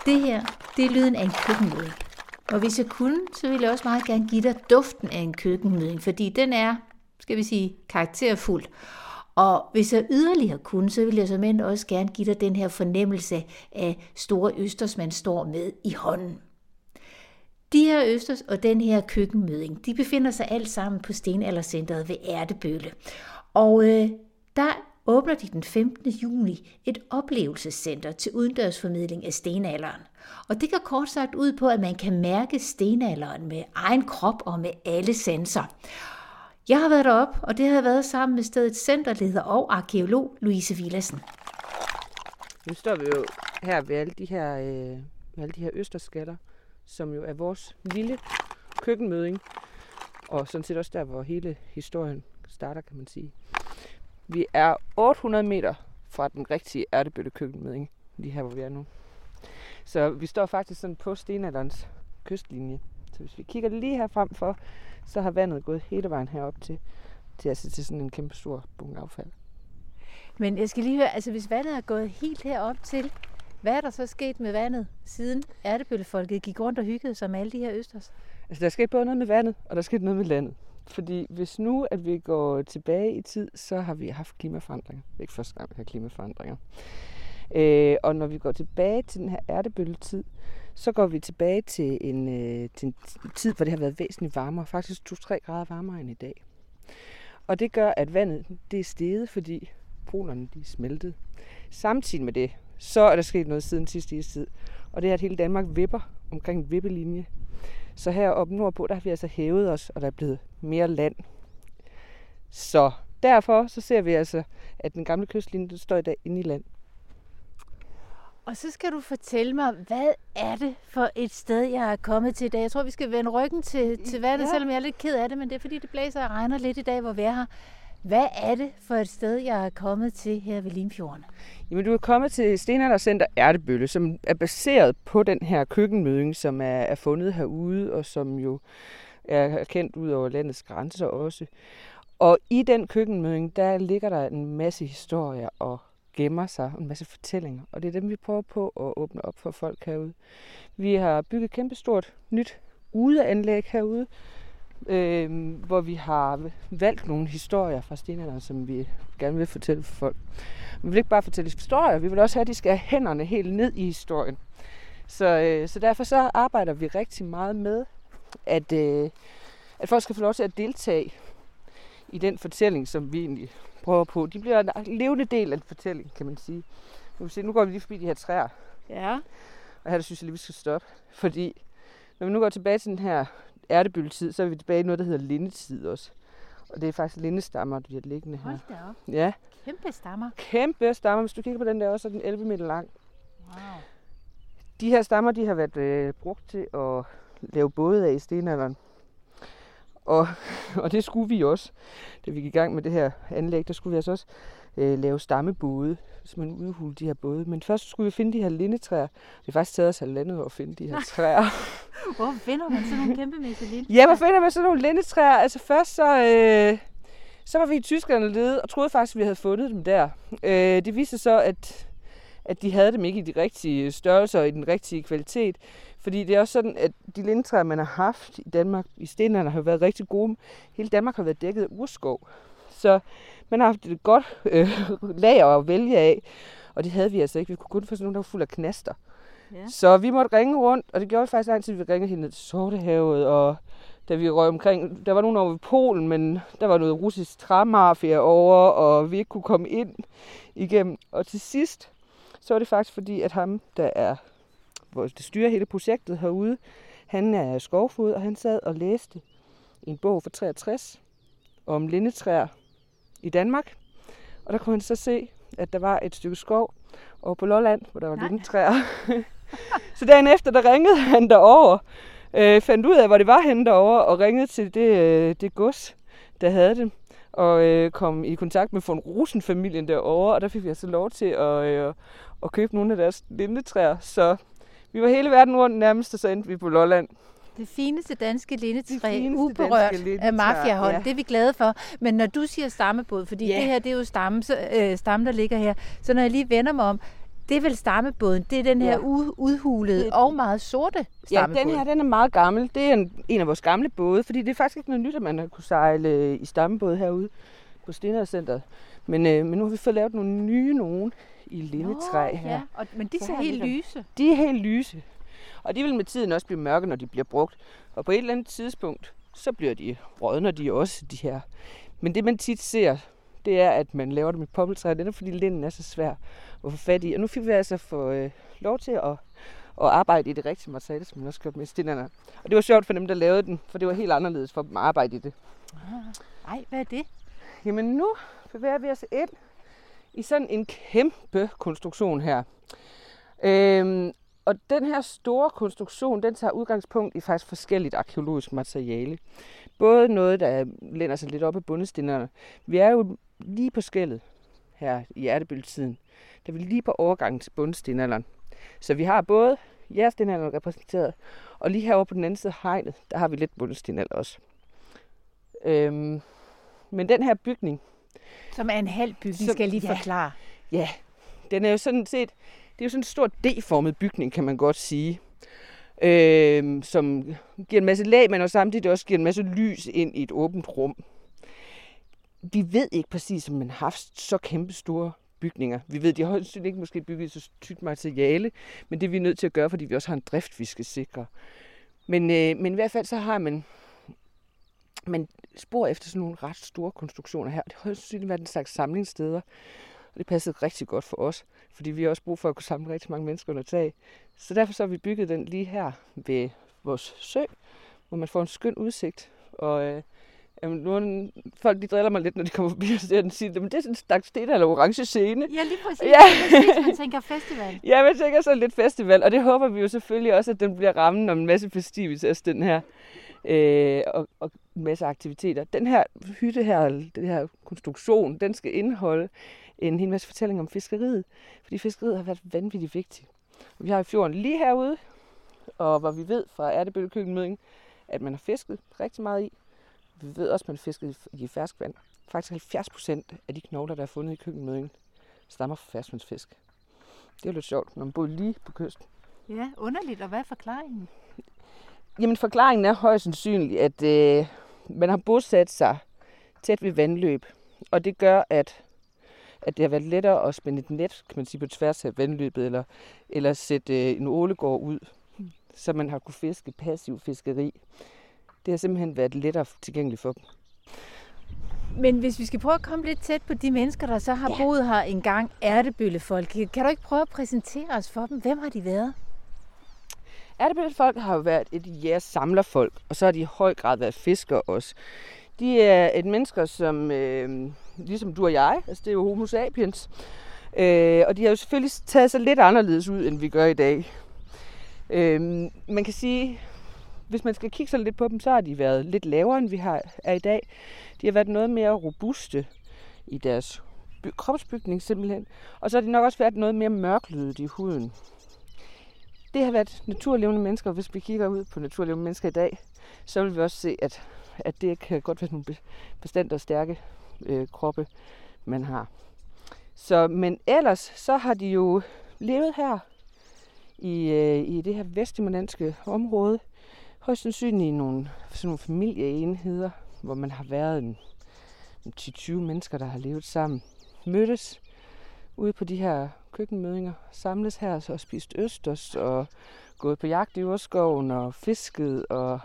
Det her, det er lyden af en køkkenmødding. Og hvis jeg kunne, så ville jeg også meget gerne give dig duften af en køkkenmødding, fordi den er, skal vi sige, karakterfuld. Og hvis jeg yderligere kunne, så ville jeg såmænd også gerne give dig den her fornemmelse af store østers, man står med i hånden. De her østers og den her køkkenmødding, de befinder sig alt sammen på Stenaldercentret ved Ertebølle. Og der åbner de den 15. juni et oplevelsescenter til udendørsformidling af stenalderen. Og det går kort sagt ud på, at man kan mærke stenalderen med egen krop og med alle sanser. Jeg har været deroppe, og det har været sammen med stedets centerleder og arkæolog Louise Villadsen. Nu står vi jo her ved alle de her østerskatter, som jo er vores lille køkkenmødding, og sådan set også der, hvor hele historien starter, kan man sige. Vi er 800 meter fra den rigtige Ertebølle køkkenmødding, lige her, hvor vi er nu. Så vi står faktisk sådan på stenalderens kystlinje. Så hvis vi kigger lige her frem for, så har vandet gået hele vejen herop til sådan en kæmpe stor bunke affald. Men jeg skal lige høre, altså hvis vandet er gået helt herop til, hvad er der så sket med vandet, siden Ertebøllefolket gik rundt og hyggede sig med alle de her østers? Altså der er sket både noget med vandet, og der er sket noget med landet. Fordi hvis nu, at vi går tilbage i tid, så har vi haft klimaforandringer. Det er ikke første gang, vi har klimaforandringer. Og når vi går tilbage til den her Ertebølletid, så går vi tilbage til en tid, hvor det har været væsentligt varmere. Faktisk 2-3 grader varmere end i dag. Og det gør, at vandet det er steget, fordi polerne de er smeltet. Samtidig med det, så er der sket noget siden sidste istid. Og det er, at hele Danmark vipper omkring en vippelinje. Så heroppe nordpå, der har vi altså hævet os, og der er blevet mere land. Så derfor så ser vi altså, at den gamle kystlinje der står i dag inde i land. Og så skal du fortælle mig, hvad er det for et sted, jeg er kommet til i dag? Jeg tror, vi skal vende ryggen til vandet, selvom jeg er lidt ked af det, men det er fordi, det blæser og regner lidt i dag, hvor vi er her. Hvad er det for et sted, jeg er kommet til her ved Limfjorden? Jamen, du er kommet til Stenaldercenter Ertebølle, som er baseret på den her køkkenmødding, som er fundet herude, og som jo er kendt ud over landets grænser også. Og i den køkkenmødding, der ligger der en masse historier og gemmer sig, en masse fortællinger. Og det er dem, vi prøver på at åbne op for folk herude. Vi har bygget et kæmpestort nyt udeanlæg herude, hvor vi har valgt nogle historier fra stenalderen, som vi gerne vil fortælle for folk. Vi vil ikke bare fortælle historier, vi vil også have, at de skal have hænderne helt ned i historien. Så derfor så arbejder vi rigtig meget med, at folk skal få lov til at deltage i den fortælling, som vi egentlig prøver på. De bliver en levende del af en fortælling, kan man sige. Nu går vi lige forbi de her træer. Ja. Og her synes jeg lige, vi skal stoppe. Fordi når vi nu går tilbage til den her Ertebølletid, så er vi tilbage i noget, der hedder lindetid også. Og det er faktisk lindestammer, de har liggende her. Hold da op. Ja. Kæmpe stammer. Kæmpe stammer. Hvis du kigger på den der også, er den 11 meter lang. Wow. De her stammer, de har været brugt til at lave både af i stenalderen. Og det skulle vi også. Da vi gik i gang med det her anlæg, der skulle vi altså også lave stammebåde, så man udhule de her både. Men først skulle vi finde de her lindetræer. Det har faktisk taget os halvandet år at finde de her træer. Hvor finder man sådan nogle kæmpemæssige lindetræer? Ja, hvor finder man sådan nogle lindetræer? Altså først så var vi i Tyskland lede og troede faktisk, at vi havde fundet dem der. Det viste så, at de havde dem ikke i de rigtige størrelser og i den rigtige kvalitet. Fordi det er også sådan, at de lindetræer, man har haft i Danmark, i stenalderen, har været rigtig gode. Hele Danmark har været dækket af urskov. Så man har haft et godt lager at vælge af. Og det havde vi altså ikke. Vi kunne kun få sådan nogle, der var fuld af knaster. Ja. Så vi måtte ringe rundt, og det gjorde vi faktisk lang tid, vi ringede helt ned til Sortehavet. Og da vi røg omkring, der var nogen over ved Polen, men der var noget russisk træmafia over, og vi ikke kunne komme ind igennem. Og til sidst, så var det faktisk fordi, at ham, hvor det styrer hele projektet herude, han er skovfod, og han sad og læste en bog fra 63 om lindetræer i Danmark. Og der kunne han så se, at der var et stykke skov over på Lolland, hvor der var lindetræer. Så dagen efter, der ringede han derover, fandt ud af, hvor det var henne derovre, og ringede til det gods, der havde dem. Og kom i kontakt med von Rosen-familien derovre, og der fik vi altså lov til at købe nogle af deres lindetræer. Så vi var hele verden rundt nærmest, og så endte vi på Lolland. Det fineste danske lindetræ, uberørt af mafiahånd, ja. Det er vi glade for. Men når du siger stammebåd, fordi det her det er jo stamme, der ligger her, så når jeg lige vender mig om, Det er vel stammebåden. Det er den her udhulede og meget sorte stammebåd. Ja, den her den er meget gammel. Det er en af vores gamle både, fordi det er faktisk ikke noget nyt, at man har kunne sejle i stammebåd herude på Stenaldercenteret. Men nu har vi fået lavet nogle nye nogen i lindetræ her. Ja, men de ser helt lyse. De er helt lyse. Og de vil med tiden også blive mørke, når de bliver brugt. Og på et eller andet tidspunkt, så bliver de rådner de også, de her. Men det man tit ser, det er, at man laver dem i poppeltræ. Det er fordi linden er så svær at få fat i. Og nu fik vi altså få lov til at arbejde i det rigtige materiale, som man også gjort med stenalderen. Og det var sjovt for dem, der lavede den, for det var helt anderledes for dem at arbejde i det. Ej, hvad er det? Jamen nu bevæger vi os ind i sådan en kæmpe konstruktion her. Og den her store konstruktion, den tager udgangspunkt i faktisk forskelligt arkæologisk materiale. Både noget, der læner sig lidt op ad bundestenalderen. Vi er jo lige på skellet her i Ertebølletiden. Der er vi lige på overgangen til bundestenalderen. Så vi har både jernstenalderen repræsenteret, og lige herovre på den anden side af hegnet, der har vi lidt bundestenalder også. Men den her bygning, som er en halv bygning, skal jeg lige forklare. Ja, den er jo sådan set, det er jo sådan en stor D-formet bygning, kan man godt sige. Som giver en masse lag, men samtidig også giver en masse lys ind i et åbent rum. Vi ved ikke præcis, om man har haft så kæmpe store bygninger. Vi ved, de har højst ikke måske bygget så tykt materiale, men det er vi nødt til at gøre, fordi vi også har en drift, vi skal sikre. Men i hvert fald så har man spor efter sådan nogle ret store konstruktioner her. Det har højst sandsynligt været en slags samlingssteder, og det passede rigtig godt for os, fordi vi har også brug for at kunne samle rigtig mange mennesker under tag. Så derfor så har vi bygget den lige her ved vores sø, hvor man får en skøn udsigt. Og nogle folk de driller mig lidt, når de kommer forbi og siger, at det er sådan en slags sten eller orange scene. Ja, lige præcis. Ja. Præcis. Man tænker festival. Ja, man tænker så lidt festival, og det håber vi jo selvfølgelig også, at den bliver rammen om en masse festivitas, den her. Og en masse aktiviteter. Den her hytte her, den her konstruktion, den skal indeholde en hel masse fortælling om fiskeriet, fordi fiskeriet har været vanvittigt vigtigt. Vi har i fjorden lige herude, og hvor vi ved fra Ertebølle Køkkenmødding, at man har fisket rigtig meget i. Vi ved også, at man har fisket i ferskvand. Faktisk 70% af de knogler, der er fundet i Køkkenmødding, stammer fra ferskvandsfisk. Det er jo lidt sjovt, når man bor lige på kysten. Ja, underligt. Og hvad er forklaringen? Jamen forklaringen er højst sandsynligt, at man har bosat sig tæt ved vandløb. Og det gør, at det har været lettere at spænde et net, kan man sige, på tværs af vandløbet, eller sætte en ålegård ud, så man har kunne fiske passiv fiskeri. Det har simpelthen været lettere tilgængeligt for dem. Men hvis vi skal prøve at komme lidt tæt på de mennesker, der så har boet her engang, Ertebøllefolk, kan du ikke prøve at præsentere os for dem? Hvem har de været? Ertebøllefolk har jo været et jægersamlerfolk, og så har de i høj grad været fiskere også. De er et mennesker, som ligesom du og jeg, altså det er jo homo sapiens, og de har jo selvfølgelig taget sig lidt anderledes ud, end vi gør i dag. Man kan sige, hvis man skal kigge så lidt på dem, så har de været lidt lavere, end vi er i dag. De har været noget mere robuste i deres kropsbygning simpelthen, og så har de nok også været noget mere mørklødet i huden. Det har været naturlevende mennesker, og hvis vi kigger ud på naturlevende mennesker i dag, så vil vi også se, at det kan godt være nogle bestandte og stærke kroppe, man har. Men ellers, så har de jo levet her i det her vesthimmerlandske område, højst sandsynligt i nogle familieenheder, hvor man har været 10-20 mennesker, der har levet sammen, mødtes ude på de her køkkenmødinger, samles her og spist østers og gået på jagt i urskoven og fisket, og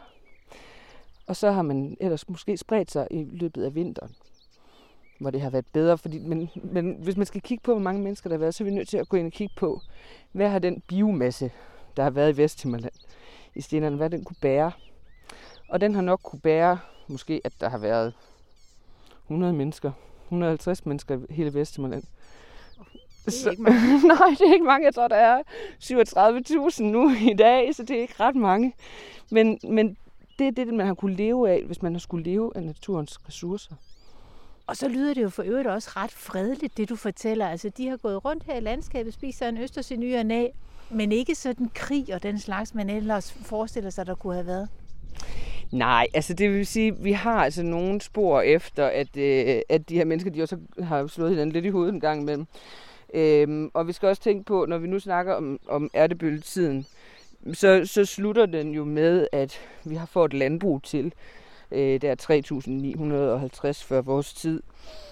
så har man ellers måske spredt sig i løbet af vinteren, hvor det har været bedre. Men hvis man skal kigge på, hvor mange mennesker der har været, så er vi nødt til at gå ind og kigge på, hvad har den biomasse, der har været i Vesthimmerland i stenalderen, hvad den kunne bære. Og den har nok kunne bære, måske at der har været 100 mennesker, 150 mennesker i hele Vesthimmerland. Det er ikke mange. Nej, det er ikke mange. Jeg tror, der er 37.000 nu i dag, så det er ikke ret mange. Men det er det, man har kunne leve af, hvis man har skulle leve af naturens ressourcer. Og så lyder det jo for øvrigt også ret fredeligt, det du fortæller. Altså, de har gået rundt her i landskabet, spiser en østers i ny og næ, men ikke sådan krig og den slags, man ellers forestiller sig, der kunne have været. Nej, altså det vil sige, at vi har altså nogle spor efter, at de her mennesker, de også har slået hinanden lidt i hovedet en gang imellem. Og vi skal også tænke på, når vi nu snakker om ærtebølletiden, så slutter den jo med, at vi har fået et landbrug til. Det er 3.950 før vores tid.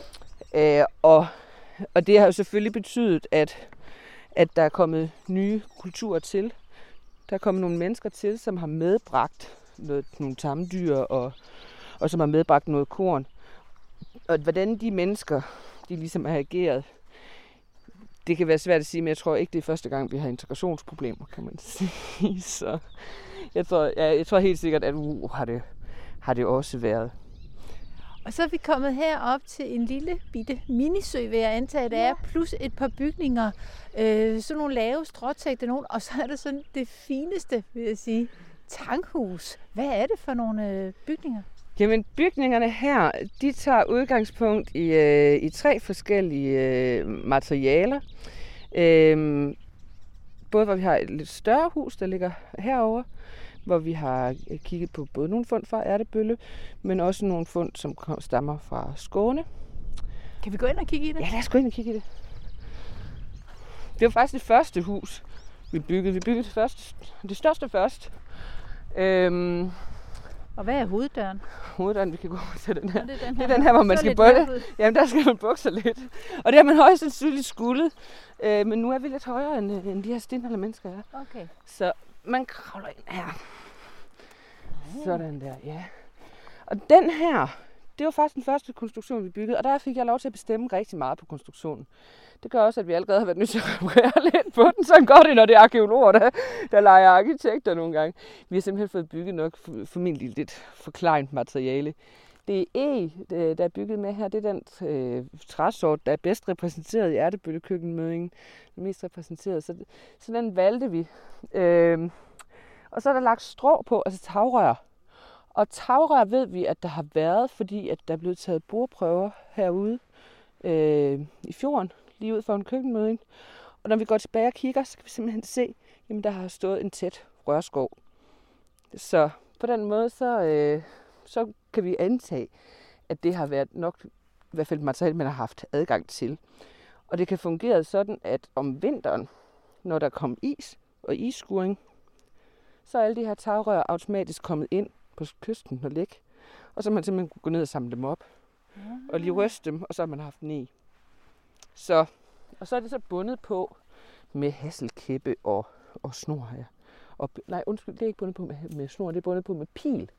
Og det har jo selvfølgelig betydet, at der er kommet nye kulturer til. Der er kommet nogle mennesker til, som har medbragt nogle tamdyr, og som har medbragt noget korn. Og hvordan de mennesker, de ligesom har ageret, det kan være svært at sige, men jeg tror ikke, det er første gang, vi har integrationsproblemer, kan man sige. Så jeg tror helt sikkert, at har det også været. Og så er vi kommet herop til en lille bitte minisø, vil jeg antage, det er, plus et par bygninger, sådan nogle lave stråtægte, og så er det sådan det fineste, vil jeg sige, tankhus. Hvad er det for nogle bygninger? Jamen, bygningerne her, de tager udgangspunkt i 3 forskellige materialer. Både hvor vi har et lidt større hus, der ligger herover, hvor vi har kigget på både nogle fund fra Ertebølle, men også nogle fund, som stammer fra Skåne. Kan vi gå ind og kigge i det? Ja, lad os gå ind og kigge i det. Det var faktisk det første hus, vi byggede. Vi byggede det største først. Og hvad er hoveddøren? Hoveddøren, vi kan gå til den her. Det er den her, hvor man skal bukke. Jamen, der skal man bukke sig lidt. Og det har man højst sandsynligt skuldet. Men nu er vi lidt højere, end de her stenalder mennesker er. Okay. Så man kravler ind her. Sådan der, ja. Og den her, det var faktisk den første konstruktion, vi byggede. Og der fik jeg lov til at bestemme rigtig meget på konstruktionen. Det gør også, at vi allerede har været nødt til at reparere lidt på den. Sådan går det, når det er arkeologer, der leger arkitekter nogle gange. Vi har simpelthen fået bygget nok formentlig lidt forklejent materiale. Det er der er bygget med her. Det er den træsort, der er bedst repræsenteret i Ertebølle-køkkenmødingen. Den mest repræsenteret. Så den valgte vi. Og så er der lagt strå på, altså tagrør. Og tagrør ved vi, at der har været, fordi at der er blevet taget bordprøver herude i fjorden, lige ud for en køkkenmøding. Og når vi går tilbage og kigger, så kan vi simpelthen se, at der har stået en tæt rørskov. Så på den måde, så kan vi antage, at det har været nok, i hvert fald materiale, man har haft adgang til. Og det kan fungere sådan, at om vinteren, når der kom is og isskuring, så er alle de her tagrør automatisk kommet ind på kysten og ligge. Og så man simpelthen kunne gå ned og samle dem op. Og lige ryste dem, og så har man haft den i. Og så er det så bundet på med hasselkæppe og snor her. Nej, undskyld, det er ikke bundet på med snor, det er bundet på med pil.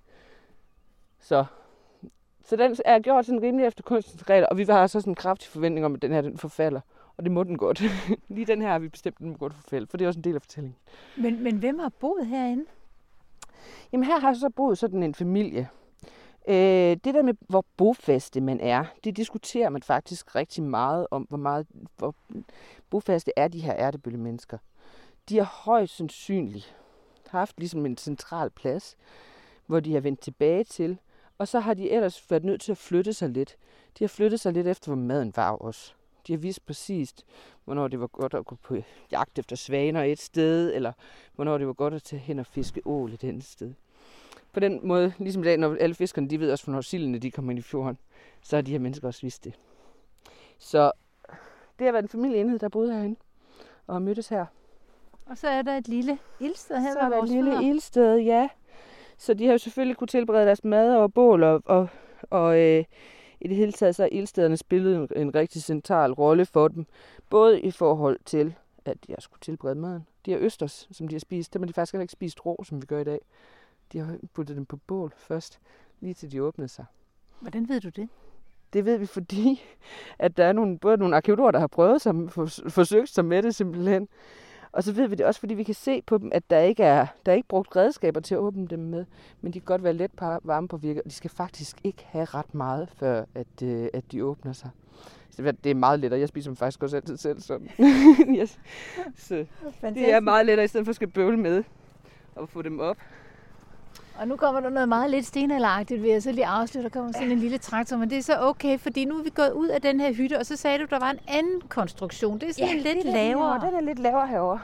Så den er gjort sådan rimelig efter kunstens regler, og vi har så sådan en kraftig forventning om, at den her den forfalder. Og det må den godt. Lige den her har vi bestemt, den må godt forfalde, for det er også en del af fortællingen. Men hvem har boet herinde? Jamen her har så boet sådan en familie. Det der med, hvor bofaste man er, det diskuterer man faktisk rigtig meget om, hvor bofaste er de her Ertebølle-mennesker. De har højst sandsynligt haft ligesom en central plads, hvor de har vendt tilbage til, og så har de ellers været nødt til at flytte sig lidt. De har flyttet sig lidt efter, hvor maden var også. De har vist præcist, hvornår det var godt at gå på jagt efter svaner et sted, eller hvornår det var godt at tage hen og fiske ål et andet sted. På den måde, ligesom i dag, når alle fiskerne, de ved også, hvornår sildene de kommer ind i fjorden, så har de her mennesker også vidst det. Så det har været en familieenhed, der boede herinde og har mødtes her. Og så er der et lille ildsted her. Så er der et lille ildsted, ja. Så de har jo selvfølgelig kunne tilberede deres mad og bål, og i det hele taget så har ildstederne spillet en rigtig central rolle for dem. Både i forhold til, at de har skulle tilberede maden. De her østers, som de har spist, dem har de faktisk heller ikke spist rå, som vi gør i dag. De har puttet dem på bål først, lige til de åbnede sig. Hvordan ved du det? Det ved vi, fordi at der er både nogle arkeologer, der har prøvet sig, forsøgt sig med det simpelthen. Og så ved vi det også, fordi vi kan se på dem, at der ikke er brugt redskaber til at åbne dem med, men de kan godt være let varmepåvirket, og de skal faktisk ikke have ret meget, før at de åbner sig. Så det er meget lettere. Jeg spiser dem faktisk også altid selv sådan. Yes. Så det er meget lettere, i stedet for at skal bøvle med og få dem op. Og nu kommer der noget meget lidt stenalderagtigt, vil jeg så lige afslutte. Der kommer sådan en lille traktor, men det er så okay, fordi nu er vi gået ud af den her hytte, og så sagde du, der var en anden konstruktion. Det er sådan lidt lavere. Den er lidt lavere herovre.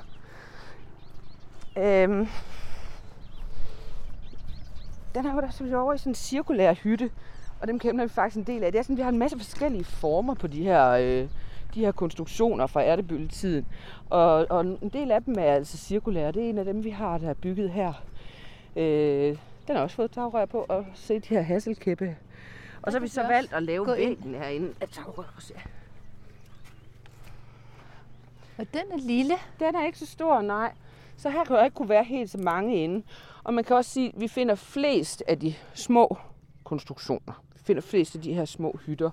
Den er jo der selvfølgelig over i sådan en cirkulær hytte, og dem kender vi faktisk en del af. Det er sådan, vi har en masse forskellige former på de her de her konstruktioner fra Ertebølletiden. Og en del af dem er altså cirkulære. Det er en af dem, vi har, der er bygget her. Den har også fået tagrør på, og se de her hasselkæppe. Og så har vi så valgt at lave væggen herinde af tagrør også. Ja. Og den er lille. Den er ikke så stor, nej. Så her kan jo ikke kunne være helt så mange inde. Og man kan også sige, at vi finder flest af de små konstruktioner. Vi finder flest af de her små hytter.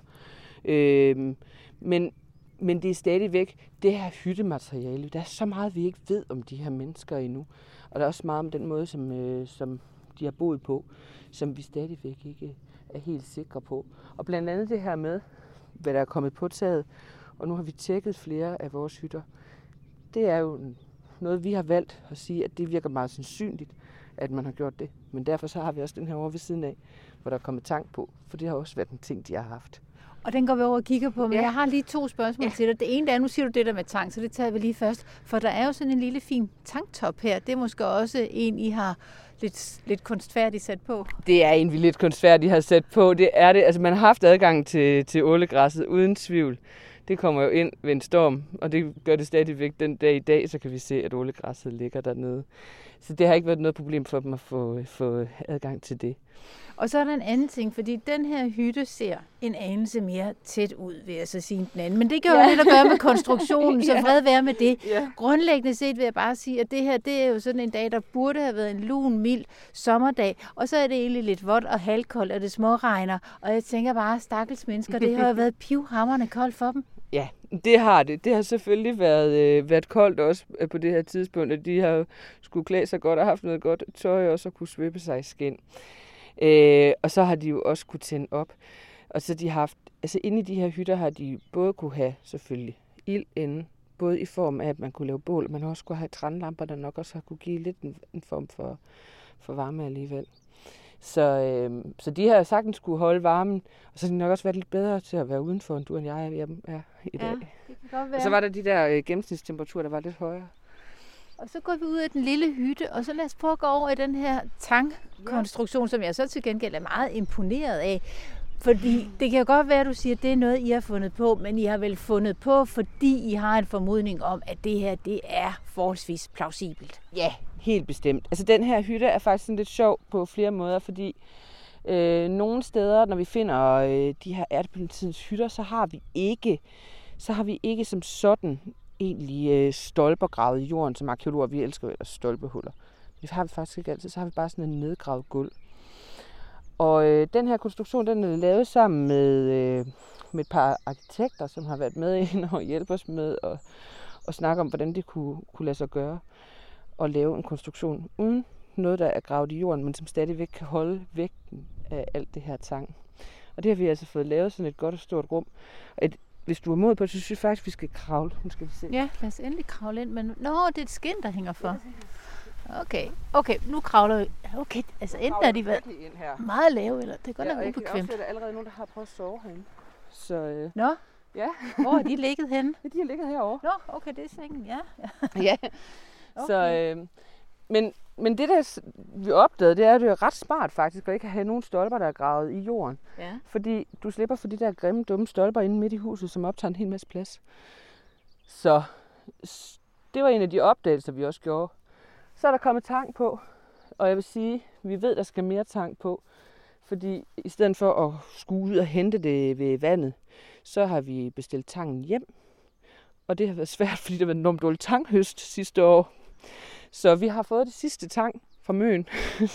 Men det er stadigvæk det her hyttemateriale. Der er så meget, vi ikke ved om de her mennesker endnu. Og der er også meget om den måde, som de har boet på, som vi stadigvæk ikke er helt sikre på. Og blandt andet det her med, hvad der er kommet på taget. Og nu har vi tjekket flere af vores hytter. Det er jo noget, vi har valgt at sige, at det virker meget sandsynligt, at man har gjort det. Men derfor så har vi også den her over ved siden af, hvor der er kommet tang på. For det har også været en ting, de har haft. Og den går vi over og kigger på, men jeg har lige 2 spørgsmål til dig. Det ene er, nu siger du det der med tang, så det tager vi lige først. For der er jo sådan en lille fin tangtop her. Det er måske også en, I har lidt kunstfærdigt sat på. Det er en, vi lidt kunstfærdigt har sat på. Det er det. Altså, man har haft adgang til ålegræsset uden tvivl. Det kommer jo ind ved en storm, og det gør det stadigvæk den dag i dag, så kan vi se, at ålegræsset ligger dernede. Så det har ikke været noget problem for dem at få adgang til det. Og så er der en anden ting, fordi den her hytte ser en anelse mere tæt ud, vil jeg så sige den anden. Men det kan jo lidt at gøre med konstruktionen, så fred være med det. Ja. Grundlæggende set vil jeg bare sige, at det her, det er jo sådan en dag, der burde have været en lun, mild sommerdag. Og så er det egentlig lidt vådt og halvkoldt, og det småregner. Og jeg tænker bare, stakkels mennesker, det har jo været pivhamrende koldt for dem. Ja, det har det. Det har selvfølgelig været koldt også på det her tidspunkt, at de har skulle klæde sig godt og haft noget godt tøj, og så kunne svøbe sig i skind. Og så har de jo også kunne tænde op. Og så de har haft, altså inde i de her hytter har de både kunne have selvfølgelig ild inde, både i form af, at man kunne lave bål, man også kunne have trænlamper, der nok også har kunne give lidt en form for varme alligevel. Så de har sagtens skulle holde varmen, og så har de nok også været lidt bedre til at være udenfor, end du og jeg er i dag. Ja, det kan godt være. Og så var der de der gennemsnitstemperaturer, der var lidt højere. Og så går vi ud af den lille hytte, og så lad os prøve at gå over i den her tangkonstruktion, som jeg så til gengæld er meget imponeret af. Fordi det kan jo godt være, at du siger, at det er noget, I har fundet på, men I har vel fundet på, fordi I har en formodning om, at det her, det er forholdsvis plausibelt. Ja, helt bestemt. Altså den her hytte er faktisk sådan lidt sjov på flere måder, fordi nogle steder, når vi finder de her Ertebølletidens hytter, så har vi ikke som sådan egentlig stolper gravet i jorden, som arkeologer, vi elsker jo stolpehuller. Det har vi faktisk ikke altid, så har vi bare sådan en nedgravet gulv. Og den her konstruktion, den er lavet sammen med et par arkitekter, som har været med ind og hjælpe os med at snakke om, hvordan det kunne lade sig gøre at lave en konstruktion uden noget, der er gravet i jorden, men som stadigvæk kan holde vægten af alt det her tang. Og det har vi altså fået lavet sådan et godt og stort rum. Hvis du er mod på det, så synes jeg faktisk, vi skal kravle. Nu skal vi se. Ja, lad os endelig kravle ind. Men det er et skind, der hænger for. Okay, nu kravler vi. Okay, altså enten er de været meget lave, eller det er godt nok ubekvemt. Og jeg kan også se, at der er allerede nogen, der har prøvet at sove herinde. Så, Nå? Ja. Hvor er de ligget henne? Ja, de har ligget herovre. Nå, okay, det er sengen, ja. Ja, okay. Så, men det der vi opdagede, det er, at det er ret smart faktisk, at ikke have nogen stolper, der er gravet i jorden. Ja. Fordi du slipper for de der grimme, dumme stolper inde midt i huset, som optager en hel masse plads. Så det var en af de opdagelser, vi også gjorde. Så er der kommet tang på, og jeg vil sige, vi ved, der skal mere tang på. Fordi i stedet for at skulle ud og hente det ved vandet, så har vi bestilt tangen hjem. Og det har været svært, fordi der var en enormt dårlig tanghøst sidste år. Så vi har fået det sidste tang fra Møn.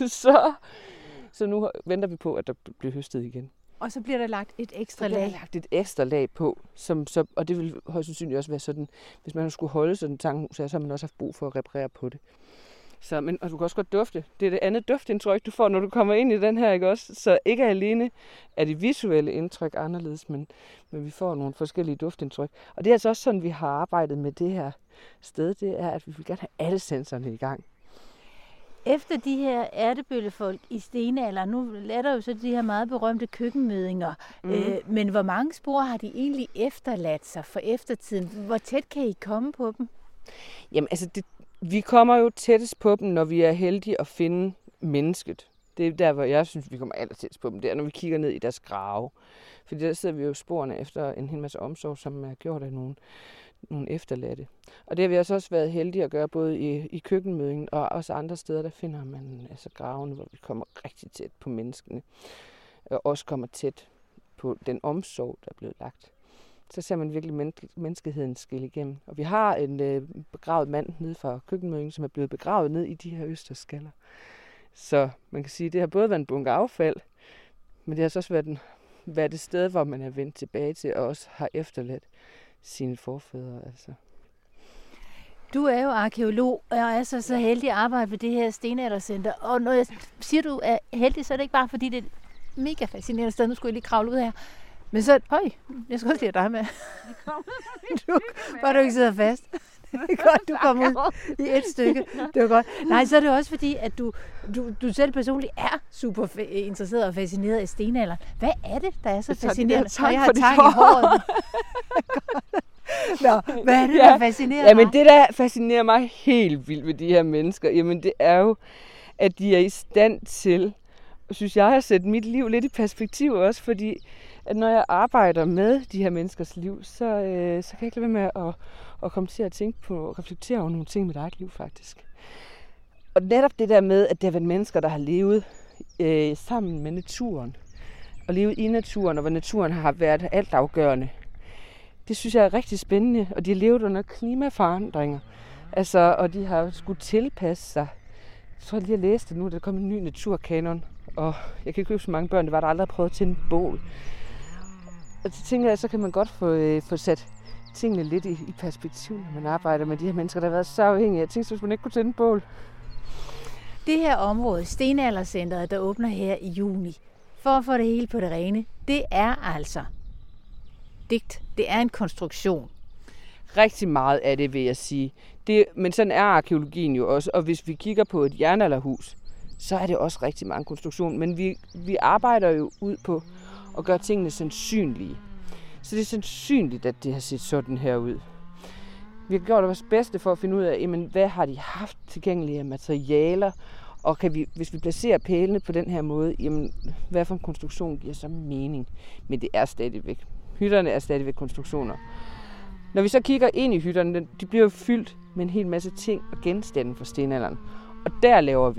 så nu venter vi på, at der bliver høstet igen. Og så bliver der lagt et ekstra lag. Der lagt et ekstra lag på, og det vil højst sandsynligt også være sådan, hvis man skulle holde sådan en tanghus, så har man også haft brug for at reparere på det. Og du kan også godt dufte. Det er det andet duftindtryk, du får, når du kommer ind i den her, ikke også? Så ikke alene er det visuelle indtryk anderledes, men vi får nogle forskellige duftindtryk. Og det er altså også sådan, vi har arbejdet med det her sted, det er, at vi vil gerne have alle sensorerne i gang. Efter de her ertebøllefolk i stenalderen, nu er der jo så de her meget berømte køkkenmødinger, men hvor mange spor har de egentlig efterladt sig for eftertiden? Hvor tæt kan I komme på dem? Jamen altså, vi kommer jo tættest på dem, når vi er heldige at finde mennesket. Det er der, hvor jeg synes, vi kommer allertættest på dem. Det er, når vi kigger ned i deres grave. Fordi der sidder vi jo sporene efter en hel masse omsorg, som er gjort af nogle efterladte. Og det har vi også været heldige at gøre, både i køkkenmødingen og også andre steder, der finder man altså gravene, hvor vi kommer rigtig tæt på menneskene. Og også kommer tæt på den omsorg, der er blevet lagt. Så ser man virkelig menneskeheden skille igennem. Og vi har en begravet mand nede fra køkkenmødingen, som er blevet begravet ned i de her østersskaller. Så man kan sige, at det har både været en bunke affald, men det har så også været et sted, hvor man er vendt tilbage til og også har efterladt sine forfædre. Altså. Du er jo arkæolog, og jeg er så heldig at arbejde ved det her stenaldercenter. Og når jeg siger, du er heldig, så er det ikke bare, fordi det er et mega fascinerende sted. Nu skulle jeg lige kravle ud her. Men så, jeg skal også lige have dig med. Bare du ikke sidder fast. Det er godt, du kommer ud i et stykke. Det var godt. Nej, så er det også fordi, at du selv personligt er super interesseret og fascineret af stenalderen. Hvad er det, der er så fascinerende? Jeg har tang i håret. Nå, hvad er det, der fascinerer dig? Jamen, det, der fascinerer mig helt vildt ved de her mennesker, jamen, det er jo, at de er i stand til, synes jeg, at sætte mit liv lidt i perspektiv også, fordi at når jeg arbejder med de her menneskers liv, så kan jeg ikke lade være med at komme til at tænke på og reflektere over nogle ting med eget liv, faktisk. Og netop det der med, at det har været mennesker, der har levet sammen med naturen, og levet i naturen, og hvor naturen har været altafgørende, det synes jeg er rigtig spændende, og de har levet under klimaforandringer, altså, og de har skulle tilpasse sig. Jeg tror, lige har læst det nu, der kom en ny naturkanon, og jeg kan ikke huske så mange børn, det var der aldrig prøvet at tænde bål. Og så tænker jeg, så kan man godt få sat tingene lidt i perspektiv, når man arbejder med de her mennesker, der har været så afhængige. Jeg tænkte, hvis man ikke kunne tænde bål. Det her område, Stenaldercenteret, der åbner her i juni, for at få det hele på det rene, det er altså digt. Det er en konstruktion. Rigtig meget af det, vil jeg sige. Men sådan er arkæologien jo også. Og hvis vi kigger på et jernalderhus, så er det også rigtig meget en konstruktion. Men vi arbejder jo ud på at gøre tingene sandsynlige. Så det er sandsynligt, at det har set sådan her ud. Vi har gjort vores bedste for at finde ud af, jamen, hvad har de haft tilgængelige materialer, og kan vi, hvis vi placerer pælene på den her måde, jamen, hvad for en konstruktion giver så mening? Men det er stadigvæk. Hytterne er stadigvæk konstruktioner. Når vi så kigger ind i hytterne, de bliver fyldt med en hel masse ting og genstande fra stenalderen. Og der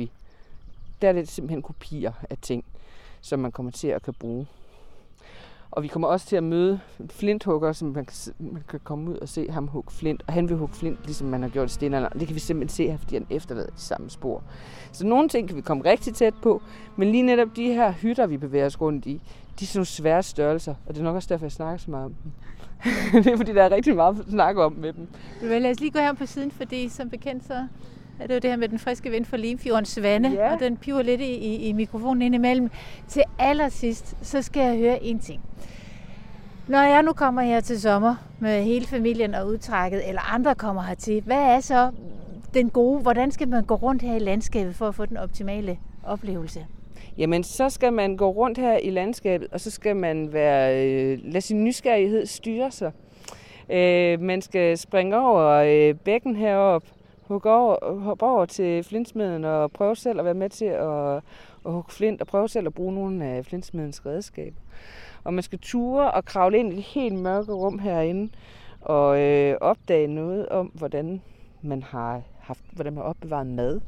er det simpelthen kopier af ting, som man kommer til at kan bruge. Og vi kommer også til at møde flinthugger, som man kan komme ud og se ham hugge flint. Og han vil hugge flint, ligesom man har gjort i stenalderen. Det kan vi simpelthen se her, fordi han efterlader de samme spor. Så nogle ting kan vi komme rigtig tæt på, men lige netop de her hytter, vi bevæger os rundt i, de er sådan nogle svære størrelser, og det er nok også derfor, jeg snakker så meget om dem. Det er fordi, der er rigtig meget at snakke om med dem. Lad os lige gå her på siden, fordi som bekendt så er det jo det her med den friske vind fra Limfjordens vande, ja. Og den piver lidt i mikrofonen indimellem. Til allersidst, så skal jeg høre en ting. Når jeg nu kommer her til sommer med hele familien og udtrækket, eller andre kommer hertil, hvad er så den gode? Hvordan skal man gå rundt her i landskabet for at få den optimale oplevelse? Jamen, så skal man gå rundt her i landskabet, og så skal man lade sin nysgerrighed styre sig. Man skal springe over bækken heroppe, hoppe over til flintsmeden og prøve selv at være med til at hugge flint, og prøve selv at bruge nogle af flintsmedens redskaber. Og man skal ture og kravle ind i det helt mørke rum herinde, og opdage noget om, hvordan man har opbevaret mad.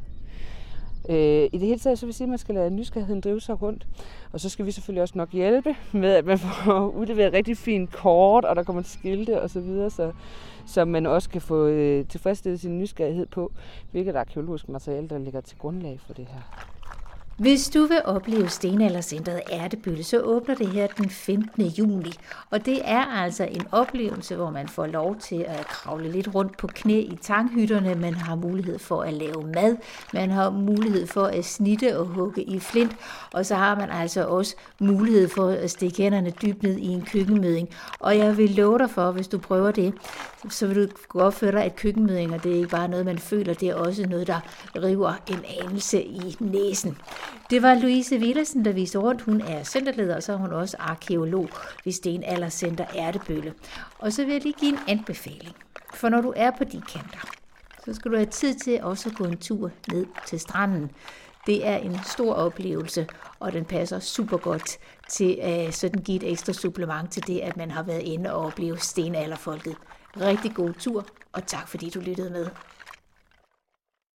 I det hele taget, så vil jeg sige, at man skal lade nysgerrigheden drive sig rundt. Og så skal vi selvfølgelig også nok hjælpe med, at man får udleveret et rigtig fint kort, og der kommer skilte og så videre, så man også kan få tilfredsstillet sin nysgerrighed på, hvilket arkæologisk materiale, der ligger til grundlag for det her. Hvis du vil opleve Stenaldercenteret Ertebølle, så åbner det her den 15. juni. Og det er altså en oplevelse, hvor man får lov til at kravle lidt rundt på knæ i tanghytterne. Man har mulighed for at lave mad. Man har mulighed for at snitte og hugge i flint. Og så har man altså også mulighed for at stikke hænderne dybt ned i en køkkenmødding. Og jeg vil love dig for, hvis du prøver det, så vil du gå opføre dig, at køkkenmøddinger, det er ikke bare noget, man føler, det er også noget, der river en anelse i næsen. Det var Louise Villersen, der viste rundt. Hun er centerleder, og så er hun også arkæolog ved Stenaldercenter Ertebølle. Og så vil jeg lige give en anbefaling. For når du er på de kanter, så skal du have tid til også at gå en tur ned til stranden. Det er en stor oplevelse, og den passer super godt til at sådan give et ekstra supplement til det, at man har været inde og opleve stenalderfolket. Rigtig god tur, og tak fordi du lyttede med.